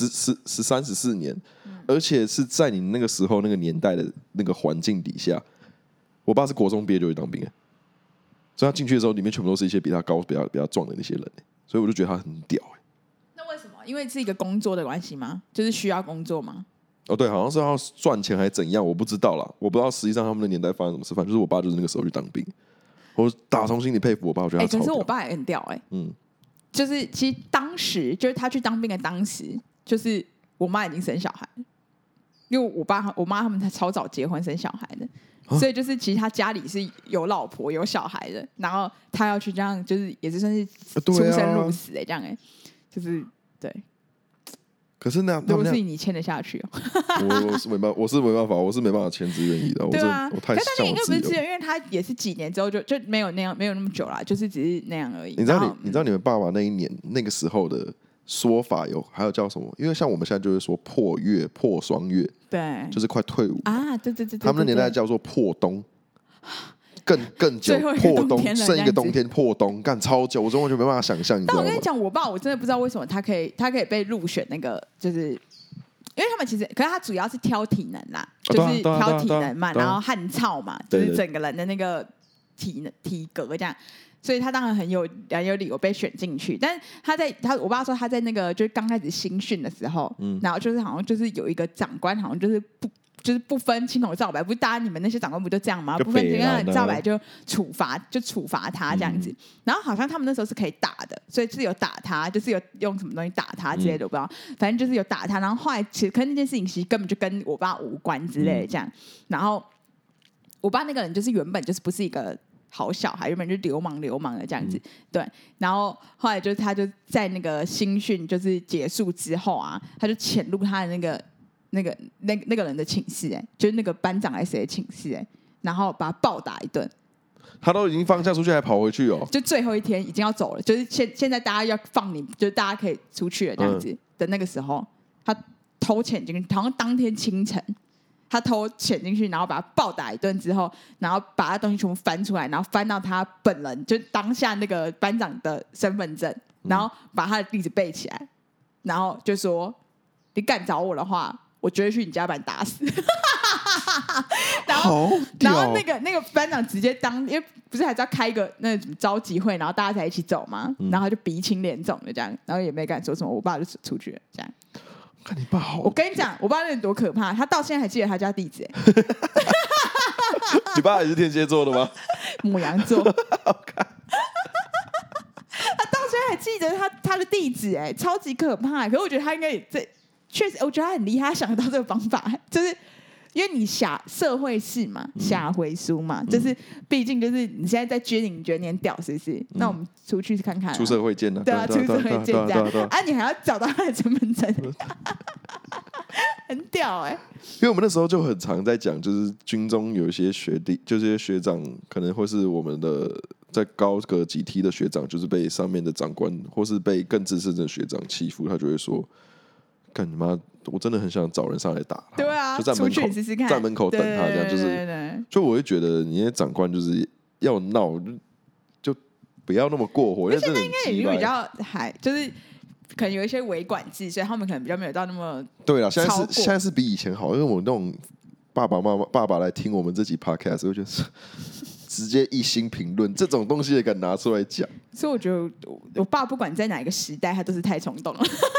，13、14年，而且是在你那个时候那个年代的那个环境底下。我爸是国中毕业就去当兵，所以他进去的时候，里面全部都是一些比他高、比他壮的那些人，所以我就觉得他很屌。 那为什么？因为是一个工作的关系吗？就是需要工作吗？ 哦，对，好像是要赚钱还是怎样，我不知道啦。我不知道实际上他们的年代发生什么事，反正就是我爸就是那个时候去当兵。我打从心里佩服我爸，我觉得他超屌。 可是我爸也很屌就是其实当时就是他去当兵的当时，就是我妈已经生小孩了，因为我爸我妈他们才超早结婚生小孩的，所以就是其实他家里是有老婆有小孩的，然后他要去这样，就是也是算是出生入死这样就是对。 可是那如果是你签得下去我是没办法，我是没办法签志愿役的。 对啊， 我太像我自由， 因为他也是几年之后就没有那么久啦，就是只是那样而已。 你知道你们爸爸那一年那个时候的说法还有叫什么？因为像我们现在就会说破月、破双月， 对， 就是快退伍啊，对， 他们的年代叫做破冬。更久破冬，剩一个冬天破冬，干超久，我真完全没办法想象。 但我跟你讲，我爸我真的不知道为什么他可以被入选那个，就是因为他们其实，可是他主要是挑体能啦，就是挑体能嘛，然后汗臭嘛，就是整个人的那个体格这样，所以他当然很有理由被选进去。但是我爸说他在那个就是刚开始新训的时候，然后就是好像就是有一个长官，好像就是不分青红皂白，不是大家你们那些长官不就这样吗？不分青红皂白就处罚他这样子。然后好像他们那时候是可以打的，所以是有打他，就是有用什么东西打他之类的，我不知道。反正就是有打他。然后后来其实可能那件事情其实根本就跟我爸无关之类的这样。然后我爸那个人就是原本就是不是一个好小孩，原本就是流氓的这样子，对。然后后来就是他就在那个新训就是结束之后啊，他就潜入他的那个人的寝室就是那个班长还是谁的寝室然后把他暴打一顿。 他都已经放假出去还跑回去哦， 就最后一天已经要走了，就是现在大家要放你，就是大家可以出去了这样子的那个时候，他偷潜进去，好像当天清晨他偷潜进去，然后把他暴打一顿之后，然后把他东西全部翻出来，然后翻到他本人就当下那个班长的身份证，然后把他的地址背起来，然后就说你敢找我的话，我绝对去你家把你打死。然后那个班长直接因为不是还是要开一个那什么召集会，然后大家才一起走嘛，然后他就鼻青脸肿的这样，然后也没敢说什么，我爸就出去了这样。 看你爸好， 我跟你讲，我爸那人多可怕，他到现在还记得他家地址。 你爸也是天蝎座的吗？ 牡羊座。他到现在还记得他的地址超级可怕。可是我觉得他应该也确实，我觉得他很厉害，他想得到这个方法，就是因为你社会是嘛，下回书嘛，就是毕竟就是你现在在军营，你觉得你很屌是不是？那我们出去看看， 出社会见对啊，出社会见这样啊，你还要找到他的身份证，很屌因为我们那时候就很常在讲，就是军中有一些学弟，就是些学长，可能会是我们的在高个几梯的学长，就是被上面的长官或是被更资深的学长欺负，他就会说。干你妈！我真的很想找人上来打他。 对啊， 就在门口在门口等他，这样就是。就我会觉得，你那些长官就是要闹，就不要那么过火。因为现在应该已经比较就是可能有一些微管制，所以他们可能比较没有到那么对啦，现在是比以前好，因为我那种爸爸来听我们这集 podcast， 我觉得是直接一星评论这种东西也敢拿出来讲， 所以我觉得我爸不管在哪一个时代，他都是太冲动了。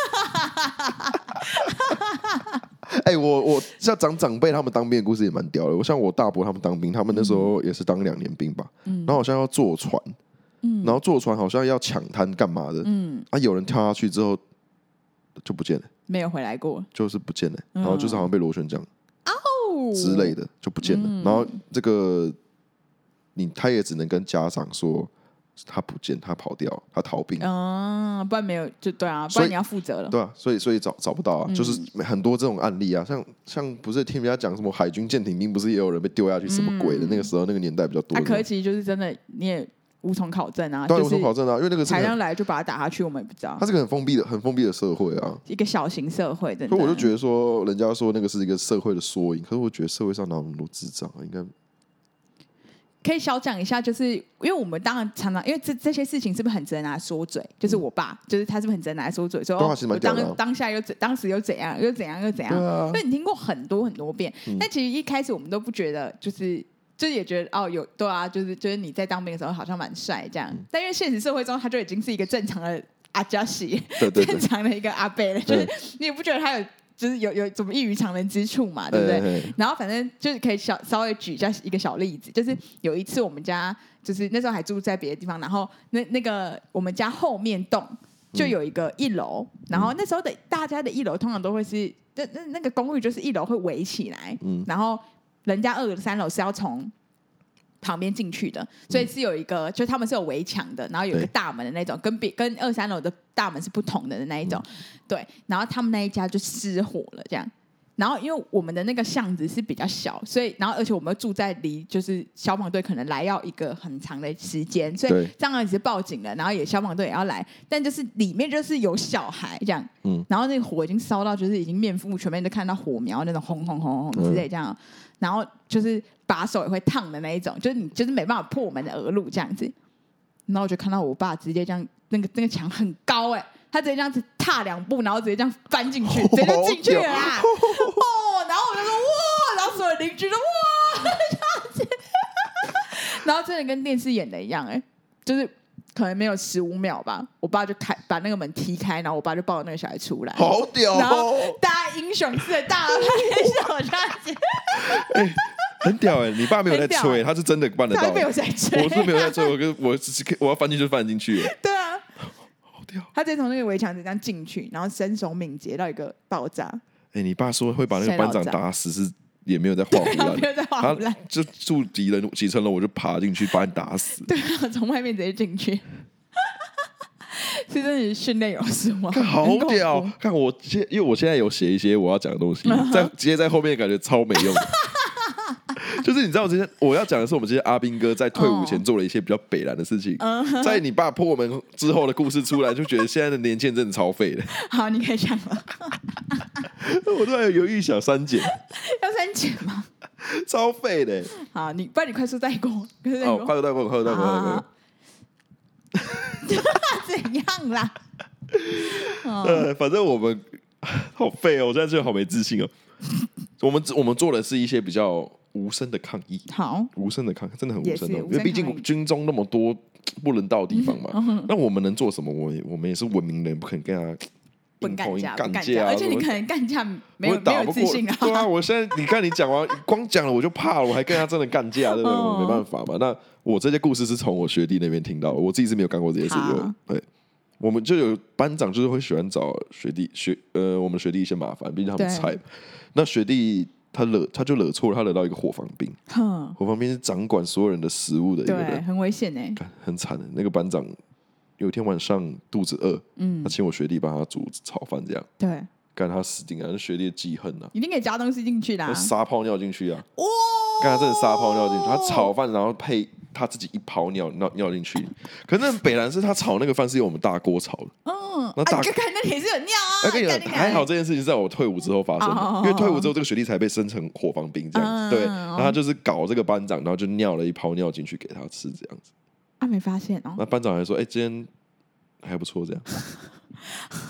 我像长辈他们当兵的故事也蛮屌的。我像我大伯他们当兵，他们那时候也是当2年兵吧，然后好像要坐船，然后坐船好像要抢滩干嘛的，有人跳下去之后就不见了， 没有回来过， 就是不见了，然后就是好像被螺旋桨之类的就不见了，然后这个他也只能跟家长说。他不见，他跑掉，他逃兵， 不然没有就对啊，不然你要负责了， 对啊，所以找不到啊，就是很多这种案例啊，像不是听人家讲什么海军舰艇兵，不是也有人被丢下去什么鬼的？那个时候那个年代比较多。 可是其实就是真的，你也无从考证啊， 当然无从考证啊，因为那个海上来就把他打下去，我们也不知道。 它是个很封闭的社会啊， 一个小型社会，真的。 所以我就觉得说，人家说那个是一个社会的缩影，可是我觉得社会上哪有那么多智障啊？应该。 可以小讲一下，就是因为我们当然常常，因为这些事情是不是很值得拿来说嘴？就是我爸，就是他是不是很值得拿来说嘴？说我当下当时又怎样，又怎样，因为你听过很多遍，但其实一开始我们都不觉得，就是也觉得有对啊，就是你在当兵的时候好像蛮帅这样，但因为现实社会中他就已经是一个正常的阿加西，正常的一个阿伯了，就是你也不觉得他有。就是有怎么异于常人之处嘛，对不对？然后反正就是可以稍微举一个小例子，就是有一次我们家就是那时候还住在别的地方，然后那个我们家后面栋就有一个1楼，然后那时候的大家的1楼通常都会是那个公寓就是1楼会围起来，然后人家2、3楼是要从旁边进去的，所以是有一个，就他们是有围墙的，然后有一个大门的那种，跟2、3楼的大门是不同的那一种，对。然后他们那一家就失火了，这样。然后因为我们的那个巷子是比较小，所以然后而且我们住在离就是消防队可能来要一个很长的时间，所以这样子报警了，然后消防队也要来，但就是里面就是有小孩这样，然后那个火已经烧到就是已经面目全非，都看到火苗那种红红红红之类这样。然后就是把手也会烫的那一种，就是你就是没办法破我们的额路这样子。然后我就看到我爸直接这样，那个墙很高他直接这样子踏2步，然后直接这样翻进去，直接就进去了啦。然后我就说哇，然后所有邻居都哇这样子，然后真的跟电视演的一样就是可能没有15秒吧，我爸就把那个门踢开，然后我爸就抱着那个小孩出来， 好屌然后大家英雄式的大拍手这样子。 很屌你爸没有在吹，他是真的办得到。 他没有在吹， 我是没有在吹，我要翻进去就翻进去。 对啊， 好屌！ 他直接从那个围墙这样进去，然后身手敏捷到一个爆炸。 你爸说会把那个班长打死是也没有在画胡乱， 没有在画胡乱， 就住几层楼我就爬进去把你打死。 对啊，从外面直接进去。是真的训练有素吗？ 好屌！看因为我现在有写一些我要讲的东西，直接在后面感觉超没用的。就是你知道我要讲的是我们这些阿兵哥在退伍前做了一些比较北蓝的事情，在你爸破门之后的故事出来，就觉得现在的年轻人真的超废的。 好，你可以讲了。 我突然犹豫想删减， 要删减吗？ 超废的。 好，不然你快速带过， 快速带过。 怎样啦？ 反正我们好废我现在觉得好没自信哦。我们做的是一些比较无声的抗议，无声的抗议真的很无声因为毕竟军中那么多不人道的地方嘛。那我们能做什么？我们也是文明人，不可能跟他不干架，而且你可能干架没有自信啊。 对啊，我现在你看你讲完，光讲了我就怕了，我还跟他真的干架，对不对？我没办法嘛。那我这些故事是从我学弟那边听到的，我自己是没有干过这些事情。对，我们就有班长就是会喜欢找我们学弟一些麻烦，毕竟他们菜。那学弟他就惹错了，他惹到一个伙房兵。伙房兵是掌管所有人的食物的一个人， 对，很危险很惨的。那个班长有一天晚上肚子饿，他请我学弟帮他煮炒饭，这样对，干他死定了，那学弟的记恨啊， 一定可以加东西进去的， 撒泡尿进去啊！哇，干他真的撒泡尿进去，他炒饭然后配他自己一泡尿进去。可是那北兰是他炒那个饭是用我们大锅炒的，那大哥那也是有尿啊！还好这件事情是在我退伍之后发生的，因为退伍之后这个学弟才被升成伙房兵这样子，对，然后他就是搞这个班长，然后就尿了一泡尿进去给他吃这样子。 没发现哦。 那班长还说：“今天还不错，这样。”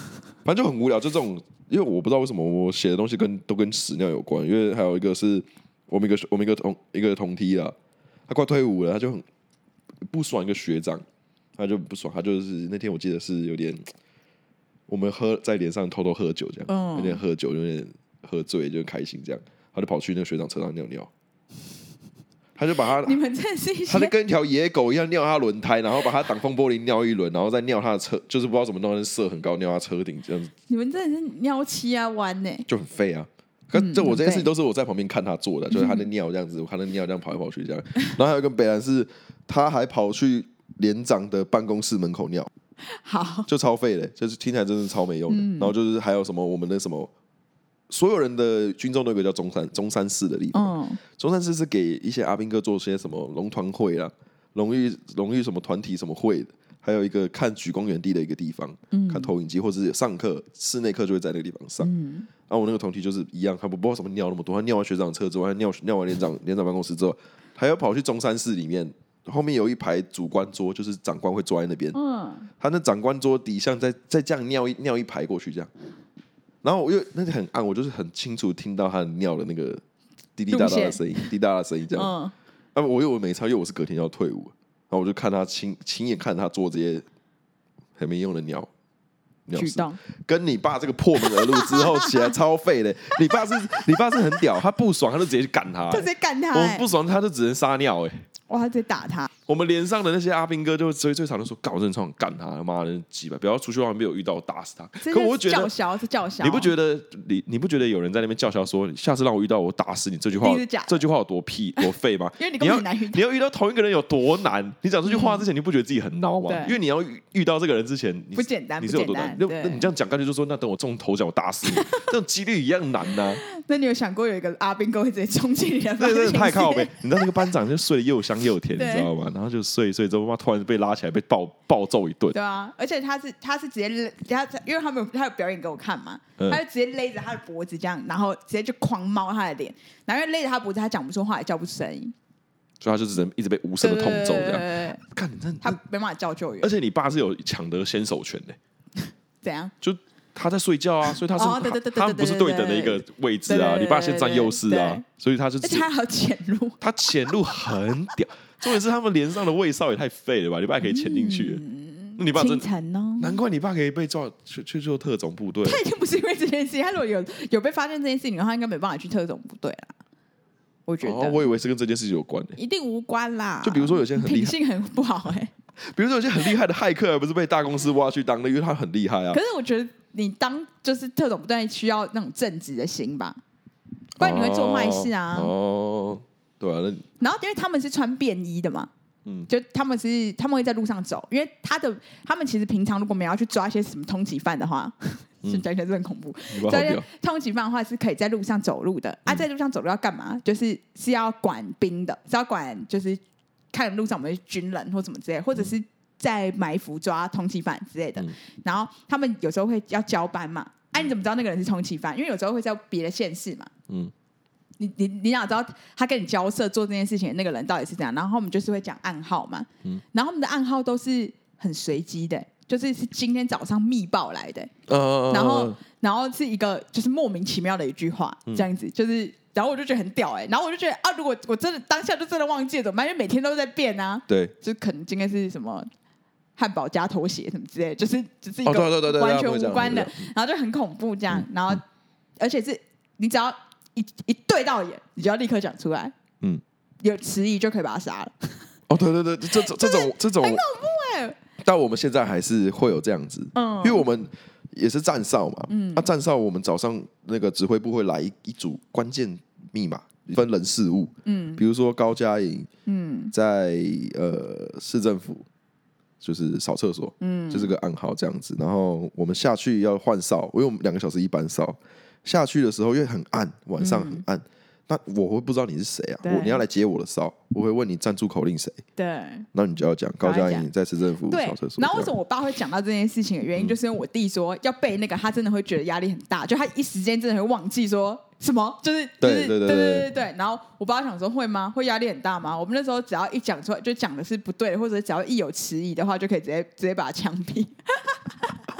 反正就很无聊，就这种，因为我不知道为什么我写的东西都跟屎尿有关，因为还有一个是我们一个同梯啊，他快退伍了，他就很不爽一个学长，他就不爽，他就是那天我记得是有点，我们在脸上偷偷喝酒这样，有点喝酒，有点喝醉，就开心这样，他就跑去那个学长车上尿尿。他就把他， 你们真的是一些， 他就跟一条野狗一样尿他轮胎，然后把他挡风玻璃尿一轮，然后再尿他的车，就是不知道怎么弄，射很高，尿他车顶这样子。 你们真的是尿七啊弯呢， 就很废啊。可这我这件事情都是我在旁边看他做的，就是他在尿这样子，我看他尿这样跑来跑去这样。然后还有一个北兰是，他还跑去连长的办公室门口尿， 好， 就超废的，就是听起来真是超没用的。然后就是还有什么我们的什么。所有人的军中都有一个叫中山市的地方，中山市是给一些阿兵哥做些什么龙团会啦、荣誉什么团体什么会的，还有一个看举光原地的一个地方，看投影机或者是上课室内课就会在那个地方上。然后我那个同梯就是一样，他不知道什么尿那么多，他尿完学长车之后，他尿完连长办公室之后，还要跑去中山市里面，后面有一排主官桌，就是长官会坐在那边，他那长官桌底下再这样尿一排过去这样。然后因为那很暗，我就是很清楚听到他尿的那个滴滴答答的声音，滴答答的声音这样。我没差，因为我是隔天要退伍，然后我就看他亲眼看他做这些很没用的尿事，跟你爸这个破门而入之后起来超废的。你爸是很屌，他不爽他就直接去干他， 就直接干他。 我们不爽他就只能撒尿哇，他直接打他。 我们连上的那些阿兵哥就最常就说：“搞正常干他，妈的鸡巴，不要出去外面被我遇到，我打死他。”可我觉得叫嚣是叫嚣， 你不觉得有人在那边叫嚣说：“下次让我遇到我打死你”这句话有多屁多废吗？ 因为你要遇到同一个人有多难？你讲这句话之前，你不觉得自己很孬吗？因为你要遇到这个人之前， 不简单， 你是有多难？那你这样讲，干脆就说：“那等我中头奖，我打死你。”这种几率一样难呐。 那你有想过有一个阿兵哥会直接冲进你的房间？ 对，太靠北！你知道那个班长就睡得又香又甜，你知道吗？然后就睡之后，妈突然被拉起来，被暴揍一顿。 对啊，而且他是直接因为他有表演给我看嘛，他就直接勒着他的脖子这样，然后直接就狂猫他的脸，然后因为勒着他脖子，他讲不出话，也叫不出声音， 所以他就只能一直被无声的痛揍这样。看你他没办法叫救援， 而且你爸是有抢得先手权的， 怎样？ 就他在睡觉啊，所以他们不是对等的一个位置啊，你爸先占优势啊，所以他就而且他还有潜入， 他潜入很屌。重点是他们连上的卫少也太废了吧？你爸可以潜进去，你爸真难怪你爸可以被抓去做特种部队。 他已经不是因为这件事情，他如果有被发现这件事情的话，应该没办法去特种部队啦。我觉得， 我以为是跟这件事情有关一定无关啦。 就比如说有些很厉害， 品性很不好比如说有些很厉害的骇客，不是被大公司挖去当的，因为他很厉害啊。 可是我觉得你当就是特种部队需要那种正直的心吧，不然你会做坏事啊。 对啊。 然后因为他们是穿便衣的嘛，就他们会在路上走，因为他们其实平常如果我们要去抓一些什么通缉犯的话，讲起来是很恐怖。抓一些通缉犯的话是可以在路上走路的在路上走路要干嘛？是要管兵的，是要管就是看路上有没有军人或什么之类，或者是在埋伏抓通缉犯之类的。然后他们有时候会要交班嘛，你怎么知道那个人是通缉犯？因为有时候会在别的县市嘛。你哪知道他跟你交涉做这件事情的那个人到底是怎样？然后我们就是会讲暗号嘛，然后我们的暗号都是很随机的，就是今天早上密报来的，然后是一个就是莫名其妙的一句话，这样子就是。然后我就觉得很屌然后我就觉得如果我真的当下就真的忘记了怎么办？因为每天都在变啊。 对， 就可能今天是什么汉堡加拖鞋什么之类的，就是只是一个完全无关的，然后就很恐怖这样。然后而且是你只要一对到眼，你就要立刻讲出来。有迟疑就可以把他杀了。 对，这种很恐怖但我们现在还是会有这样子，因为我们也是站哨嘛。站哨我们早上那个指挥部会来一组关键密码，分人事物。比如说高嘉莹，在市政府就是扫厕所，就是个暗号这样子。然后我们下去要换哨，因为我们2个小时一班哨，下去的时候因为很暗，晚上很暗。那我会不知道你是谁啊？你要来接我的哨，我会问你站住口令谁？ 对， 那你就要讲高嘉莹在市政府扫厕所。 然后为什么我爸会讲到这件事情的原因，就是因为我弟说要背那个，他真的会觉得压力很大，就他一时间真的会忘记说什么，就是对。然后我爸想说会吗？会压力很大吗？我们那时候只要一讲出来，就讲的是不对的，或者只要一有迟疑的话，就可以直接把他枪毙。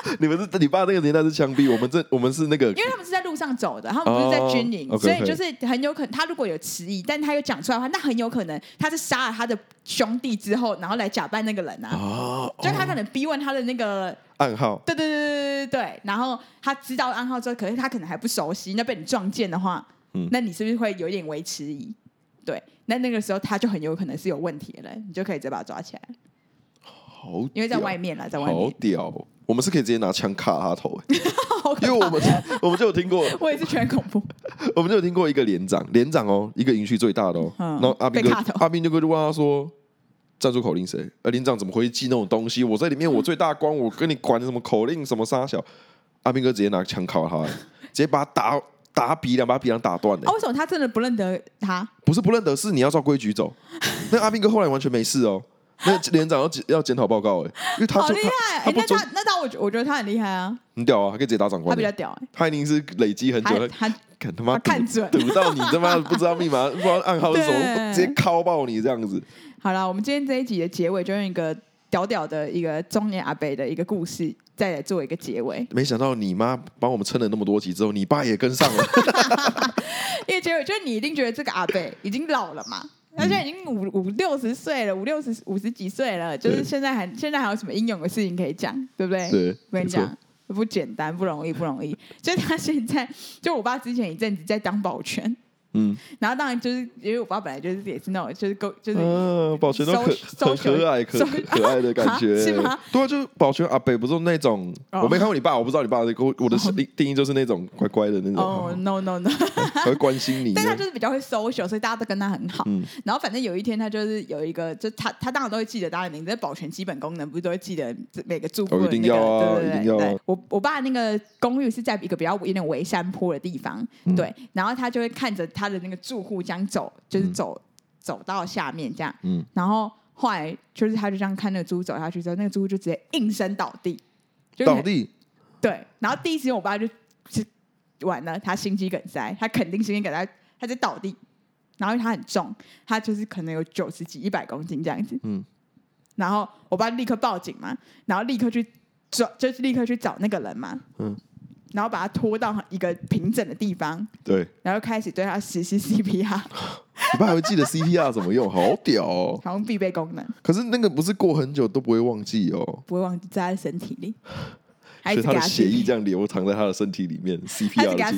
你爸那个年代是枪毙，我们是那个， 因为他们是在路上走的，他们不是在军营，所以就是很有可能他如果有迟疑，但他有讲出来的话，那很有可能他是杀了他的兄弟之后，然后来假扮那个人啊，就他可能逼问他的那个暗号， 对，然后他知道暗号之后，可是他可能还不熟悉，那被你撞见的话，那你是不是会有一点微迟疑？对，那个时候他就很有可能是有问题的人，你就可以直接把他抓起来。 好， 因为在外面啦，在外面。 好屌，我们是可以直接拿枪卡他头，因为我们就有听过， 我也是觉得恐怖。 我们就有听过一个连长哦，一个营区最大的哦，然后阿兵就问他说。战术口令谁？连长怎么会记那种东西？我在里面，我最大官，我跟你管什么口令什么杀小？阿兵哥直接拿枪敲他，直接把他打鼻梁，把鼻梁打断了。 为什么他真的不认得他？ 不是不认得，是你要照规矩走。那阿兵哥后来完全没事哦。那连长要检讨报告因为他好厉害。那我觉得他很厉害啊， 很屌啊，他可以直接打长官。 他比较屌他一定是累积很久，他妈看准堵到你他妈不知道密码，不知道暗号是什么，直接敲爆你这样子。 好了，我们今天这一集的结尾就用一个屌屌的一个中年阿伯的一个故事，再来做一个结尾。 没想到你妈帮我们撑了那么多集之后，你爸也跟上了。 因为结尾就是你一定觉得这个阿伯已经老了嘛，他现在已经50-60岁了，50几岁了，就是现在还有什么英勇的事情可以讲，对不对？ 对， 我跟你讲。不简单，不容易。就是他现在，就我爸之前一阵子在当保全，然后当然就是因为我爸本来就是也是那种就是保全都很和蔼可爱的感觉， 是吗？ 对啊，就是保全阿北不是那种，我没看过你爸，我不知道你爸我的定义就是那种乖乖的那种。 哦 ，no， 还会关心你， 但他就是比较会 social， 所以大家都跟他很好。然后反正有一天他就是有一个，就他当然都会记得大家的名字，保全基本功能不是都会记得每个住户的那个， 一定要啊， 对。 一定要啊。 我爸那个公寓是在一个比较有点微山坡的地方，对，然后他就会看着他的那个住户这样走，就是走到下面这样，然后后来就是他就这样看那个猪走下去之后，那个猪就直接应声倒地， 倒地， 对，然后第一时间我爸就完了，他心肌梗塞，他肯定心肌梗塞，他就倒地，然后他很重，他就是可能有90几100公斤这样子，然后我爸立刻报警嘛，然后立刻去找那个人嘛，然后把他拖到一个平整的地方， 对， 然后开始对他实施 CPR。 你爸还会记得 CPR 怎么用，好屌哦！ 好像必备功能。 可是那个不是过很久都不会忘记哦， 不会忘记在他的身体里， 所以他的血液这样流淌在他的身体里面。CPR 给他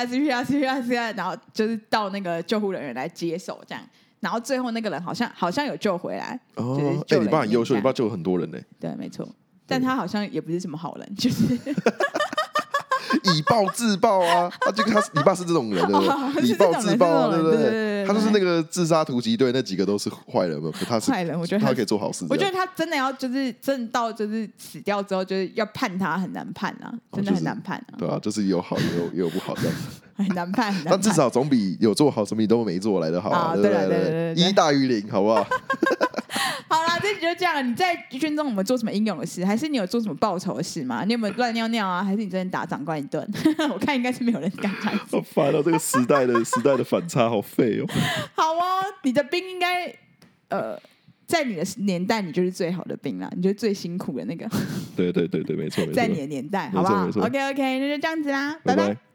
CPR， 然后就是到那个救护人员来接手这样。然后最后那个人好像有救回来哦， 你爸很优秀，你爸救了很多人呢。 对，没错，但他好像也不是什么好人，就是以暴制暴啊！你爸是这种人，对不对？以暴制暴啊，对不对？他就是那个自杀突击队那几个都是坏人嘛，可他是坏人，我觉得他可以做好事。 我觉得他真的要就是真到就是死掉之后，就是要判他很难判啊，真的很难判啊。 对啊，就是有好也有不好这样子。 很难判， 但至少总比有做好什么都没做来的好啊！对，1大于0，好不好？ 好啦，这集就这样。你在军中我们做什么英勇的事，还是你有做什么报仇的事吗？你有没有乱尿尿啊？还是你真的打长官一顿？我看应该是没有人敢这样子。 好烦哦，这个时代的反差好废哦。 好哦，你的兵应该在你的年代，你就是最好的兵啦，你就是最辛苦的那个。 对，没错。 在你的年代，好不好？OK， 那就这样子啦，拜拜。